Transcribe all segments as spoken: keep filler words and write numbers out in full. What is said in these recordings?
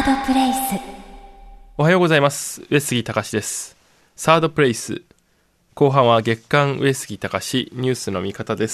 ードプレイス。 おはようございます。上杉隆です。サードプレイス後半は月刊上杉隆ニュースの見方です。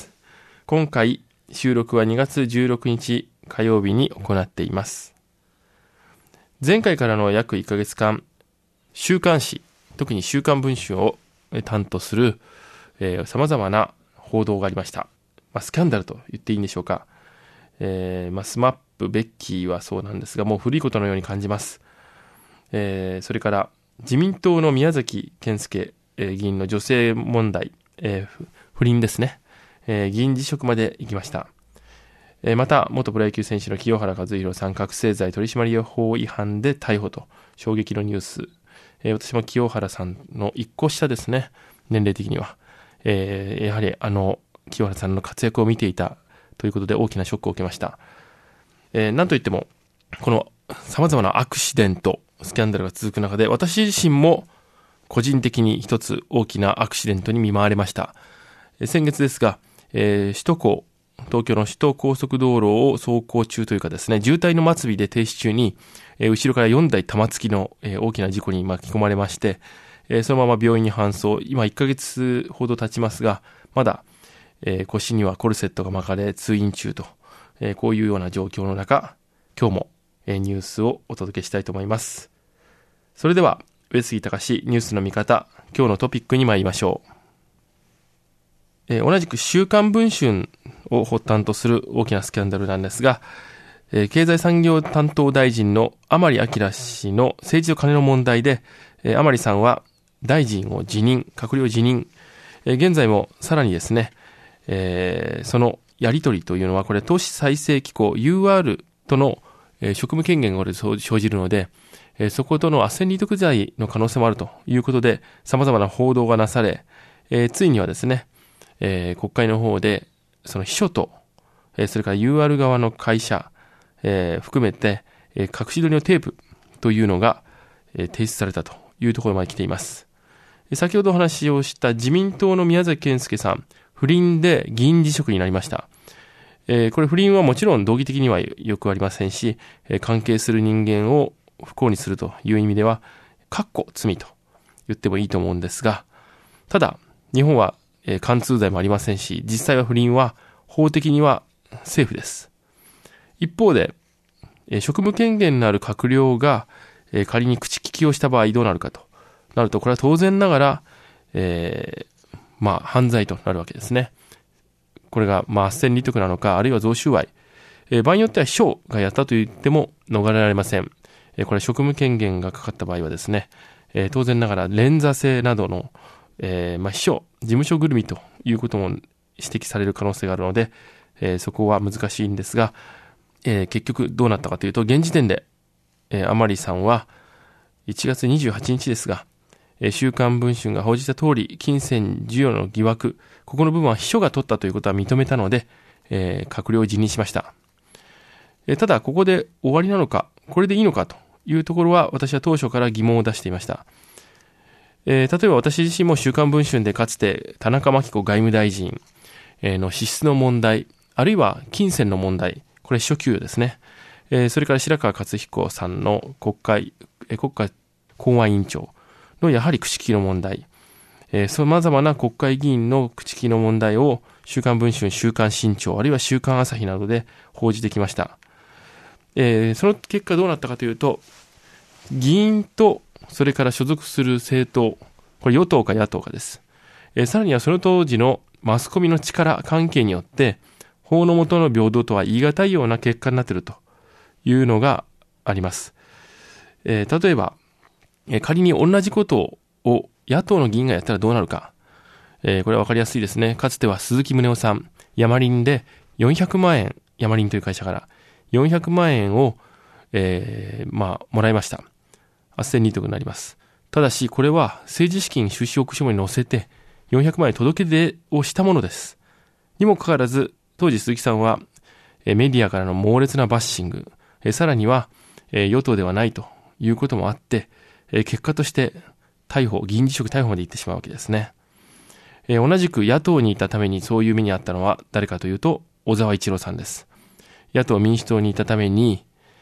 今回収録はにがつじゅうろくにち火曜日に行っています。前回からの約いっかげつかん、週刊誌、特に週刊文春を担当する、えー、様々な報道がありました。まあ、スキャンダルと言っていいんでしょうか。えーまあ、スマップ、ベッキーはそうなんですが、もう古いことのように感じます。えー、それから自民党の宮崎謙介、えー、議員の女性問題、えー、不倫ですね、えー、議員辞職まで行きました。えー、また元プロ野球選手の清原和博さん、覚醒剤取締法違反で逮捕と衝撃のニュース。えー、私も清原さんの一個下ですね、年齢的には、えー、やはりあの清原さんの活躍を見ていたということで大きなショックを受けました。えー、なんといってもこの様々なアクシデント、スキャンダルが続く中で、私自身も個人的に一つ大きなアクシデントに見舞われました。えー、先月ですが、えー、首都高、東京の首都高速道路を走行中というかですね、渋滞の末尾で停止中に、えー、後ろからよんだい玉突きの、えー、大きな事故に巻き込まれまして、えー、そのまま病院に搬送、今いっかげつほど経ちますが、まだ、えー、腰にはコルセットが巻かれ通院中と、えー、こういうような状況の中、今日も、えー、ニュースをお届けしたいと思います。それでは上杉隆ニュースの見方、今日のトピックに参りましょう。えー、同じく週刊文春を発端とする大きなスキャンダルなんですが、えー、経済産業担当大臣の甘利明氏の政治と金の問題で、えー、甘利さんは大臣を辞任、閣僚辞任、えー、現在もさらにですね、えー、そのやり取りというのはこれ都市再生機構 ユーアール との、えー、職務権限が生じるので、えー、そことの斡旋利得罪の可能性もあるということで様々な報道がなされ、えー、ついにはですね、えー、国会の方でその秘書と、えー、それから ユーアール 側の会社、えー、含めて、えー、隠し撮りのテープというのが、えー、提出されたというところまで来ています。えー、先ほどお話をした自民党の宮崎謙介さん、不倫で議員辞職になりました。えー、これ不倫はもちろん道義的にはよくありませんし、えー、関係する人間を不幸にするという意味では、かっこ罪と言ってもいいと思うんですが、ただ、日本は、えー、貫通罪もありませんし、実際は不倫は法的にはセーフです。一方で、えー、職務権限のある閣僚が、えー、仮に口利きをした場合どうなるかとなると、これは当然ながら、えーまあ、犯罪となるわけですね。これが、まあ、斡旋利得なのか、あるいは贈収賄。えー、場合によっては秘書がやったと言っても逃れられません。えー、これ職務権限がかかった場合はですね、えー、当然ながら連座制などの、えー、まあ、秘書、事務所ぐるみということも指摘される可能性があるので、えー、そこは難しいんですが、えー、結局どうなったかというと、現時点で、えー、甘利さんはいちがつにじゅうはちにちですが、週刊文春が報じた通り、金銭授与の疑惑、ここの部分は秘書が取ったということは認めたので、えー、閣僚を辞任しました。えー、ただ、ここで終わりなのか、これでいいのかというところは、私は当初から疑問を出していました。えー、例えば私自身も週刊文春でかつて、田中真紀子外務大臣の支出の問題、あるいは金銭の問題、これ秘書給与ですね。えー、それから白川勝彦さんの国会、えー、国家公安委員長、のやはり口利きの問題、えー、様々な国会議員の口利きの問題を週刊文春、週刊新潮、あるいは週刊朝日などで報じてきました。えー、その結果どうなったかというと、議員とそれから所属する政党、これ与党か野党かです。えー、さらにはその当時のマスコミの力関係によって法の下の平等とは言い難いような結果になっているというのがあります。えー、例えば仮に同じことを野党の議員がやったらどうなるか。えー、これはわかりやすいですね。かつては鈴木宗男さん、ヤマリンでよんひゃくまんえん、ヤマリンという会社からよんひゃくまんえんを、えー、まあ、もらいました。斡旋利得になります。ただし、これは政治資金収支報告書に載せてよんひゃくまんえん届け出をしたものです。にもかかわらず、当時鈴木さんは、えー、メディアからの猛烈なバッシング、えー、さらには、えー、与党ではないということもあって、えー、結果として逮捕、議員辞職逮捕まで行ってしまうわけですね。えー、同じく野党にいたためにそういう目にあったのは誰かというと小沢一郎さんです。野党民主党にいたために、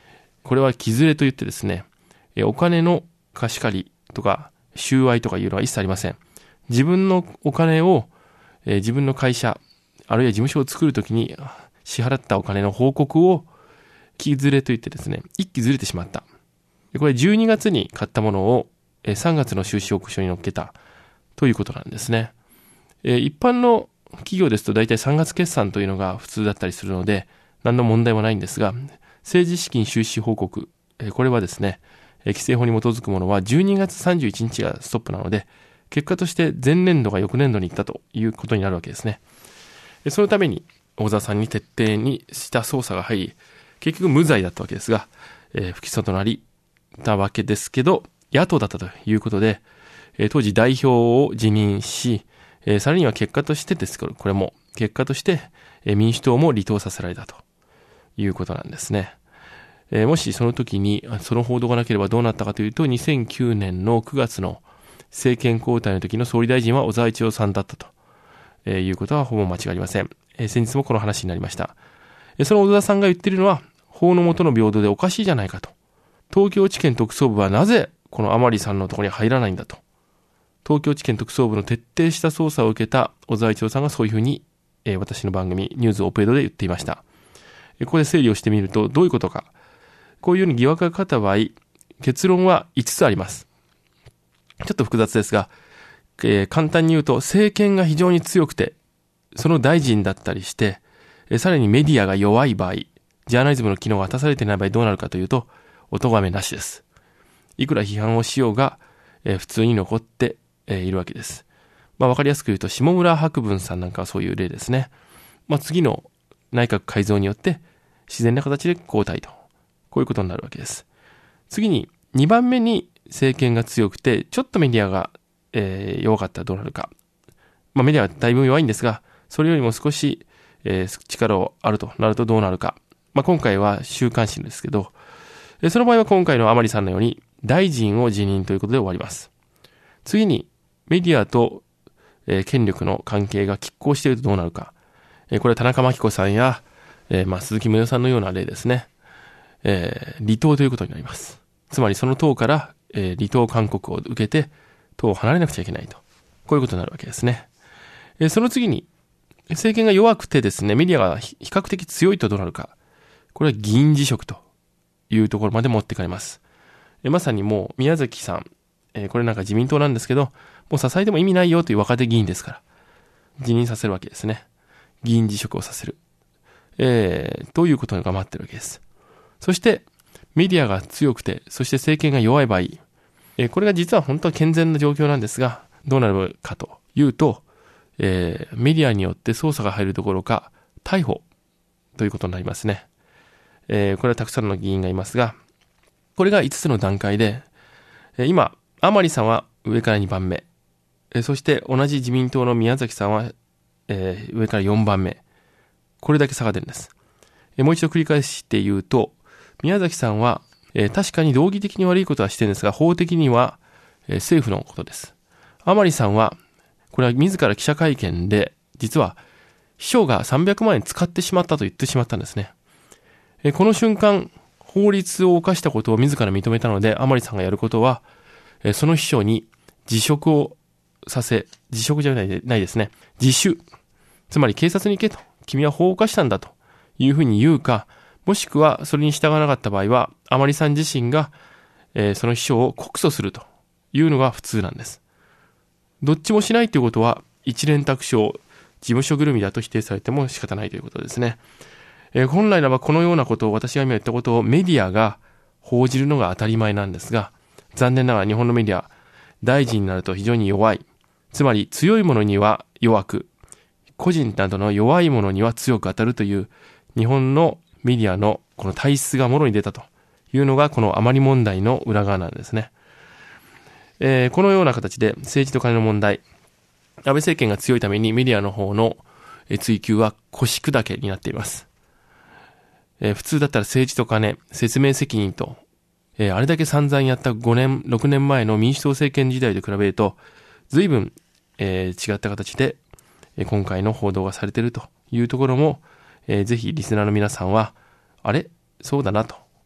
これは木ずれといってですね、お金の貸し借りとか収賄とかいうのは一切ありません。自分のお金を、えー、自分の会社、あるいは事務所を作るときに支払ったお金の報告を木ずれといってですね、一気ずれてしまった。これじゅうにがつに買ったものをさんがつの収支報告書に載っけたということなんですね。えー、一般の企業ですと大体さんがつ決算というのが普通だったりするので何の問題もないんですが、政治資金収支報告、えー、これはですね、えー、規正法に基づくものはじゅうにがつさんじゅういちにちがストップなので、結果として前年度が翌年度に行ったということになるわけですね。えー、そのために大沢さんに徹底にした捜査が入り、結局無罪だったわけですが、えー、不起訴となりたわけですけど、野党だったということで、えー、当時代表を辞任し、えー、さらには結果としてですけど、これも結果として、えー、民主党も離党させられたということなんですね。えー、もしその時にその報道がなければどうなったかというと、にせんきゅうねんのくがつの政権交代の時の総理大臣は小沢一郎さんだったと、えー、いうことはほぼ間違いありません。えー、先日もこの話になりました。えー、その小沢さんが言っているのは、法の下の平等でおかしいじゃないかと。東京地検特捜部はなぜこの甘利さんのところに入らないんだと。東京地検特捜部の徹底した捜査を受けた小沢一郎さんがそういうふうに、えー、私の番組ニュースオペドで言っていました。ここで整理をしてみるとどういうことか。こういうように疑惑がかかった場合、結論はいつつあります。ちょっと複雑ですが、えー、簡単に言うと政権が非常に強くて、その大臣だったりして、えー、さらにメディアが弱い場合、ジャーナリズムの機能が果たされていない場合どうなるかというと、お咎めなしです。いくら批判をしようが、えー、普通に残ってえー、いるわけです。まあわかりやすく言うと下村博文さんなんかはそういう例ですね。まあ次の内閣改造によって自然な形で交代と、こういうことになるわけです。次ににばんめに政権が強くてちょっとメディアが、えー、弱かったらどうなるか。まあメディアはだいぶ弱いんですが、それよりも少し、えー、力をあるとなるとどうなるか。まあ今回は週刊誌ですけど、えー、その場合は今回の甘利さんのように大臣を辞任ということで終わります。次にメディアと、えー、権力の関係が拮抗しているとどうなるか。えー、これは田中真紀子さんや、えーまあ、鈴木宗男さんのような例ですね。えー、離党ということになります。つまりその党から、えー、離党勧告を受けて党を離れなくちゃいけないと。こういうことになるわけですね。えー、その次に政権が弱くてですね、メディアが比較的強いとどうなるか。これは議員辞職というところまで持ってかれます。えー、まさにもう宮崎さん、えー、これなんか自民党なんですけど、もう支えても意味ないよという若手議員ですから、辞任させるわけですね。議員辞職をさせる。えー、ということが待ってるわけです。そして、メディアが強くて、そして政権が弱い場合、えー、これが実は本当は健全な状況なんですが、どうなるかというと、えー、メディアによって捜査が入るどころか、逮捕ということになりますね。えー、これはたくさんの議員がいますが、これがいつつの段階で、えー、今、甘利さんは上からにばんめ、えー、そして同じ自民党の宮崎さんは、えー、上からよんばんめ。これだけ差が出るんです。えー、もう一度繰り返して言うと、宮崎さんは、えー、確かに道義的に悪いことはしてるんですが、法的には、えー、政府のことです。甘利さんは、これは自ら記者会見で、実は秘書がさんびゃくまんえん使ってしまったと言ってしまったんですね。えー、この瞬間、法律を犯したことを自ら認めたので、甘利さんがやることは、えー、その秘書に辞職をさせ、辞職じゃないないですね。自首。つまり警察に行けと。君は法を犯したんだというふうに言うか、もしくはそれに従わなかった場合は、甘利さん自身が、えー、その秘書を告訴するというのが普通なんです。どっちもしないということは、一連卓上、事務所ぐるみだと否定されても仕方ないということですね。えー、本来ならばこのようなことを、私が今言ったことをメディアが報じるのが当たり前なんですが、残念ながら日本のメディア、大臣になると非常に弱い。つまり強いものには弱く、個人などの弱いものには強く当たるという日本のメディアのこの体質がもろに出たというのがこの甘利問題の裏側なんですね。えー、このような形で政治と金の問題、安倍政権が強いためにメディアの方の追及は腰砕けになっています。えー、普通だったら政治と金、説明責任と、えー、あれだけ散々やったごねん、ろくねんまえの民主党政権時代と比べると随分、えー、違った形で今回の報道がされているというところも、えー、ぜひリスナーの皆さんは、あれそうだなと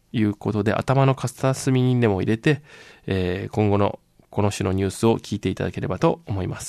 いうことで、頭の片隅にでも入れて、えー、今後のこの種のニュースを聞いていただければと思います。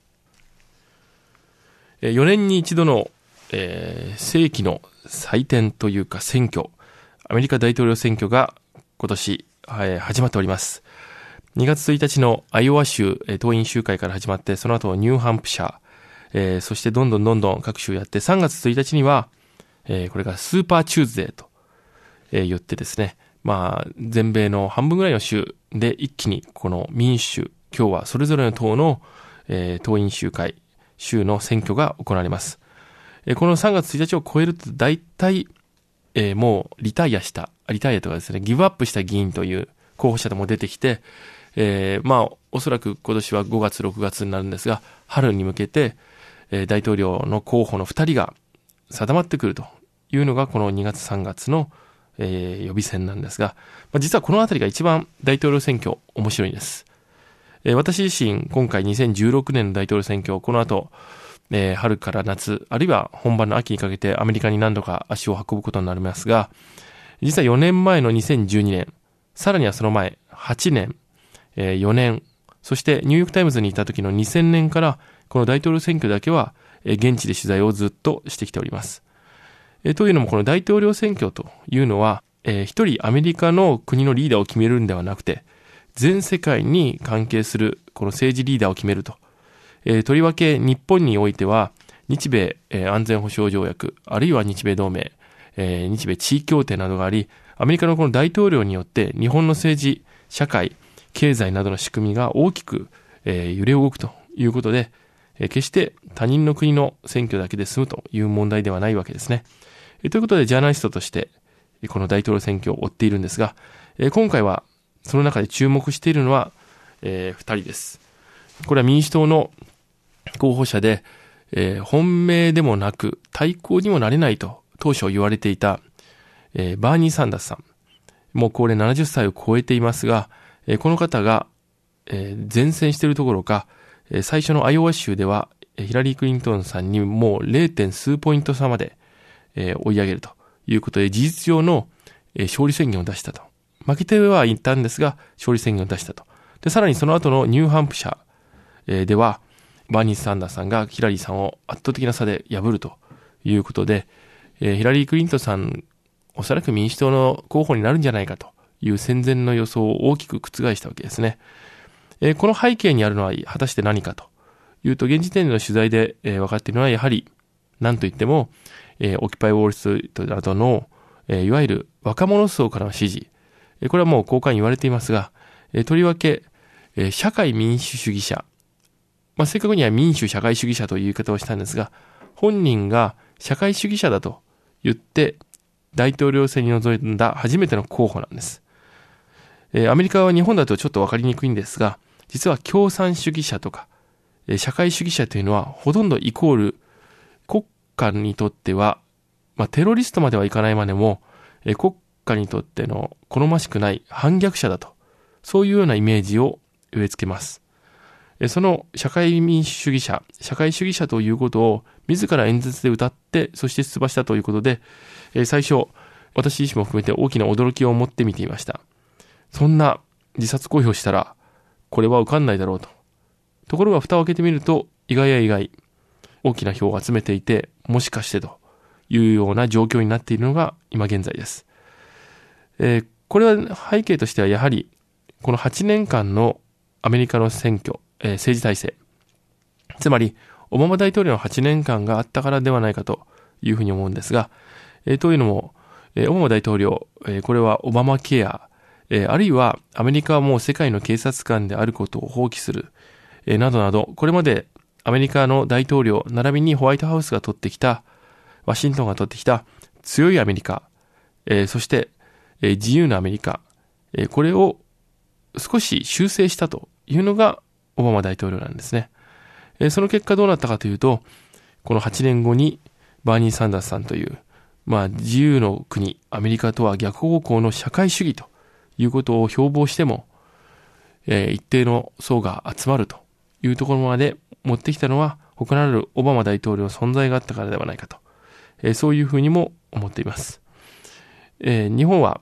えー、よねんに一度の、えー、世紀の祭典というか選挙、アメリカ大統領選挙が今年、えー、始まっております。にがつついたちのアイオワ州、えー、党員集会から始まって、その後ニューハンプシャー、えー、そしてどんどんどんどん各州やって、さんがつついたちには、えー、これがスーパーチューズデーと、えー、言ってですね、まあ、全米の半分ぐらいの州で一気にこの民主、今日はそれぞれの党の、えー、党員集会、州の選挙が行われます。えー、このさんがつついたちを超えると大体、えー、もうリタイアした、リタイアとかですね、ギブアップした議員という候補者でも出てきて、えー、まあ、おそらく今年はごがつ、ろくがつになるんですが、春に向けて、えー、大統領の候補のふたりが定まってくるというのがこのにがつさんがつの、えー、予備選なんですが、まあ、実はこのあたりが一番大統領選挙面白いんです。えー、私自身今回にせんじゅうろくねんの大統領選挙をこの後、えー、春から夏、あるいは本番の秋にかけてアメリカに何度か足を運ぶことになりますが、実はよねんまえのにせんじゅうにねん、さらにはその前はちねん、えー、よねん、そしてニューヨークタイムズにいた時のにせんねんからこの大統領選挙だけは、えー、現地で取材をずっとしてきております。えー、というのもこの大統領選挙というのは、えー、一人アメリカの国のリーダーを決めるんではなくて、全世界に関係するこの政治リーダーを決めると。えー、とりわけ日本においては日米、えー、安全保障条約、あるいは日米同盟、えー、日米地位協定などがあり、アメリカのこの大統領によって日本の政治、社会、経済などの仕組みが大きく、えー、揺れ動くということで、えー、決して他人の国の選挙だけで済むという問題ではないわけですね。えー、ということでジャーナリストとしてこの大統領選挙を追っているんですが、えー、今回はその中で注目しているのは、えー、ふたりです。これは民主党の候補者で、えー、本命でもなく対抗にもなれないと当初言われていた、えー、バーニー・サンダースさん。もう高齢ななじゅっさいを超えていますが、えー、この方が、えー、前線しているところか、えー、最初のアイオワ州ではヒラリー・クリントンさんにもう ゼロ. 点数ポイント差まで、えー、追い上げるということで事実上の、えー、勝利宣言を出したと。負けてはいたんですが勝利宣言を出したと。で、さらにその後のニューハンプシャー、えー、ではバーニー・サンダースさんがヒラリーさんを圧倒的な差で破るということで、えー、ヒラリー・クリントンさんおそらく民主党の候補になるんじゃないかという戦前の予想を大きく覆したわけですね。えー、この背景にあるのは果たして何かというと、現時点での取材で、えー、分かっているのはやはり何といっても、えー、オキパイ・ウォール・ストリートなどの、えー、いわゆる若者層からの支持、えー、これはもう公開に言われていますが、えー、とりわけ、えー、社会民主主義者、まあ、正確には民主社会主義者という言い方をしたんですが、本人が社会主義者だと言って大統領選に臨んだ初めての候補なんです。えー、アメリカは日本だとちょっと分かりにくいんですが、実は共産主義者とか、えー、社会主義者というのはほとんどイコール国家にとっては、まあ、テロリストまではいかないまでも、えー、国家にとっての好ましくない反逆者だと、そういうようなイメージを植え付けます。えー、その社会民主主義者、社会主義者ということを自ら演説で歌って、そして出馬したということで、えー、最初、私自身も含めて大きな驚きを持って見ていました。そんな自殺公表したら、これは受かんないだろうと。ところが蓋を開けてみると、意外や意外、大きな票を集めていて、もしかしてというような状況になっているのが今現在です。えー、これは背景としてはやはり、このはちねんかんのアメリカの選挙、えー、政治体制、つまり、オバマ大統領のはちねんかんがあったからではないかというふうに思うんですが、えー、というのも、えー、オバマ大統領、えー、これはオバマケア、えー、あるいはアメリカはもう世界の警察官であることを放棄する、えー、などなど、これまでアメリカの大統領、並びにホワイトハウスが取ってきた、ワシントンが取ってきた強いアメリカ、えー、そして、えー、自由なアメリカ、えー、これを少し修正したというのがオバマ大統領なんですね。えー、その結果どうなったかというと、このはちねんごにバーニー・サンダースさんという、まあ自由の国、アメリカとは逆方向の社会主義ということを標榜しても、えー、一定の層が集まるというところまで持ってきたのは、他なるオバマ大統領の存在があったからではないかと、えー、そういうふうにも思っています。えー、日本は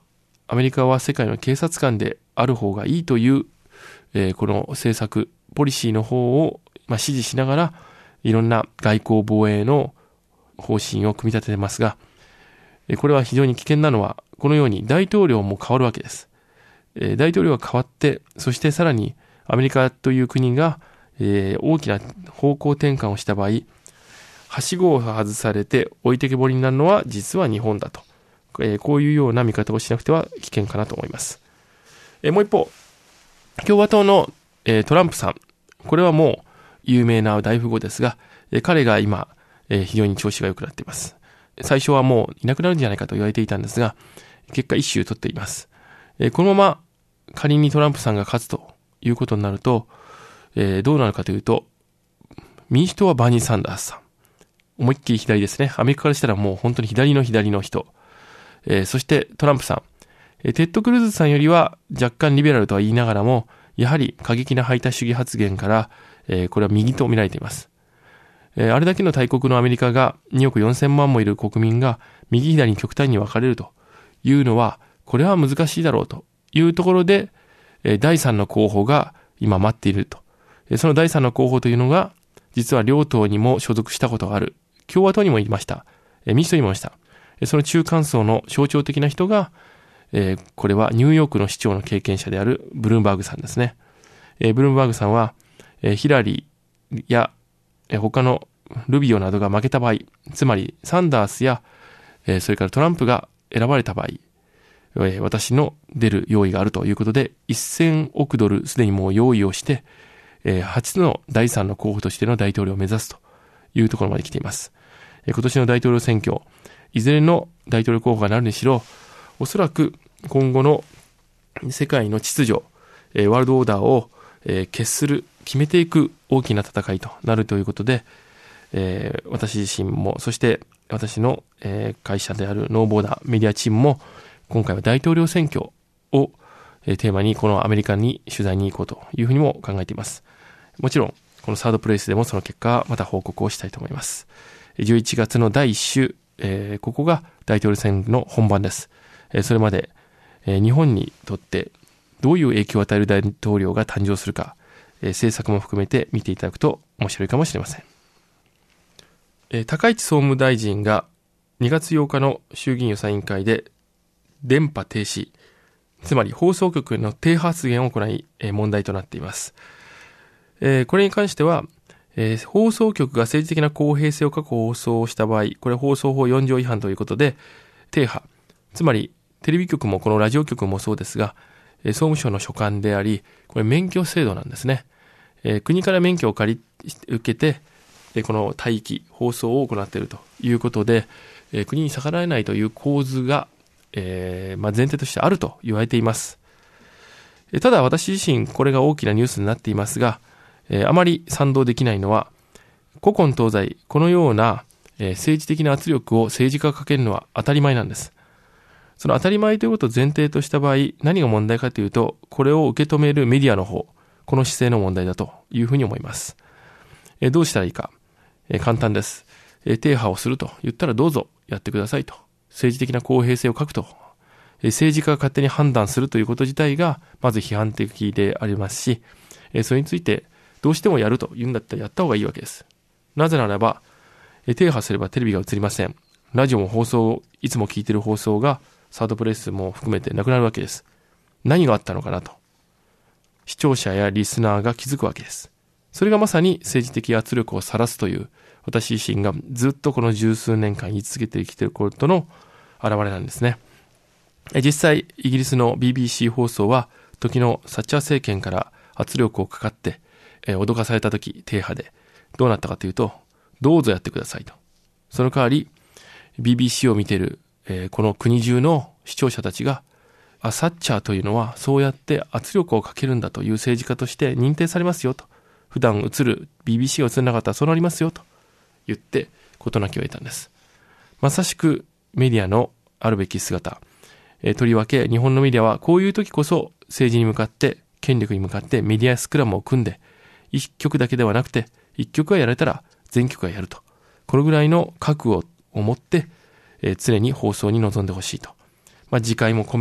アメリカは世界の警察官である方がいいという、えー、この政策、ポリシーの方を、まあ、支持しながら、いろんな外交防衛の方針を組み立ててますが、えー、これは非常に危険なのは、このように大統領も変わるわけです。えー、大統領が変わって、そしてさらにアメリカという国が、えー、大きな方向転換をした場合、はしごを外されて置いてけぼりになるのは実は日本だと、えー、こういうような見方をしなくては危険かなと思います。えー、もう一方、共和党の、えー、トランプさん、これはもう有名な大富豪ですが、えー、彼が今、えー、非常に調子が良くなっています。最初はもういなくなるんじゃないかと言われていたんですが、結果一周取っています。えー、このまま仮にトランプさんが勝つということになると、えー、どうなるかというと、民主党はバーニー・サンダースさん。思いっきり左ですね。アメリカからしたらもう本当に左の左の人。えー、そしてトランプさん。えー、テッド・クルーズさんよりは若干リベラルとは言いながらも、やはり過激な排他主義発言から、えー、これは右と見られています。えー、あれだけの大国のアメリカがにおくよんせんまんもいる国民が右左に極端に分かれるというのは、これは難しいだろうというところで、えー、だいさんの候補が今待っていると。えー、そのだいさんの候補というのが、実は両党にも所属したことがある。共和党にもいました。えー、民主党にもいました。えー、その中間層の象徴的な人が、えー、これはニューヨークの市長の経験者であるブルームバーグさんですね。えー、ブルームバーグさんは、えー、ヒラリーや、えー、他のルビオなどが負けた場合、つまりサンダースや、えー、それからトランプが選ばれた場合、えー、私の出る用意があるということで、せんおくドルすでにもう用意をして、えー、初のだいさんの候補としての大統領を目指すというところまで来ています。えー、今年の大統領選挙、いずれの大統領候補がなるにしろ、おそらく今後の世界の秩序、えー、ワールドオーダーを、えー、決する、決めていく大きな戦いとなるということで、えー、私自身も、そして私の、えー、会社であるノーボーダーメディアチームも、今回は大統領選挙を、えー、テーマにこのアメリカに取材に行こうというふうにも考えています。もちろん、このサードプレイスでもその結果、また報告をしたいと思います。じゅういちがつのだいいっ週、えー、ここが大統領選の本番です。えー、それまで、えー、日本にとってどういう影響を与える大統領が誕生するか、えー、政策も含めて見ていただくと面白いかもしれません。えー、高市総務大臣がにがつようかの衆議院予算委員会で電波停止、つまり放送局の停発言を行い、えー、問題となっています。えー、これに関しては、えー、放送局が政治的な公平性を確保放送をした場合、これ放送法よん条違反ということで、停波、つまりテレビ局もこのラジオ局もそうですが、えー、総務省の所管であり、これ免許制度なんですね。えー、国から免許を借り、受けて、えー、この帯域、放送を行っているということで、えー、国に逆らえないという構図が、えーまあ、前提としてあると言われています。えー、ただ私自身これが大きなニュースになっていますが、えー、あまり賛同できないのは、古今東西、このような、えー、政治的な圧力を政治家がかけるのは当たり前なんです。その当たり前ということを前提とした場合、何が問題かというと、これを受け止めるメディアの方、この姿勢の問題だというふうに思います。えー、どうしたらいいか、えー、簡単です。えー、停波をすると言ったらどうぞやってくださいと。政治的な公平性を欠くと。えー、政治家が勝手に判断するということ自体が、まず批判的でありますし、えー、それについて、どうしてもやると言うんだったらやった方がいいわけです。なぜならば、え停波すればテレビが映りません。ラジオも放送、いつも聞いている放送がサードプレイスも含めてなくなるわけです。何があったのかなと。視聴者やリスナーが気づくわけです。それがまさに政治的圧力を晒すという、私自身がずっとこの十数年間言い続けてきていることの表れなんですね。実際、イギリスの ビービーシー 放送は、時のサッチャー政権から圧力をかかって、えー、脅かされたとき、停波で、どうなったかというと、どうぞやってくださいと。その代わり、ビービーシー を見ている、えー、この国中の視聴者たちが、あ、サッチャーというのは、そうやって圧力をかけるんだという政治家として認定されますよと。普段映る ビービーシー が映らなかったらそうなりますよと言って、事なきを得たんです。まさしくメディアのあるべき姿。えー、とりわけ、日本のメディアはこういう時こそ政治に向かって、権力に向かってメディアスクラムを組んで、一局だけではなくて、一局がやられたら全局がやると。このぐらいの覚悟を持って、えー、常に放送に臨んでほしいと。まあ、次回も込めて、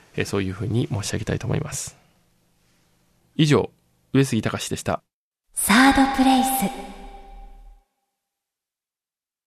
えー、そういうふうに申し上げたいと思います。以上、上杉隆でした。 サードプレイス。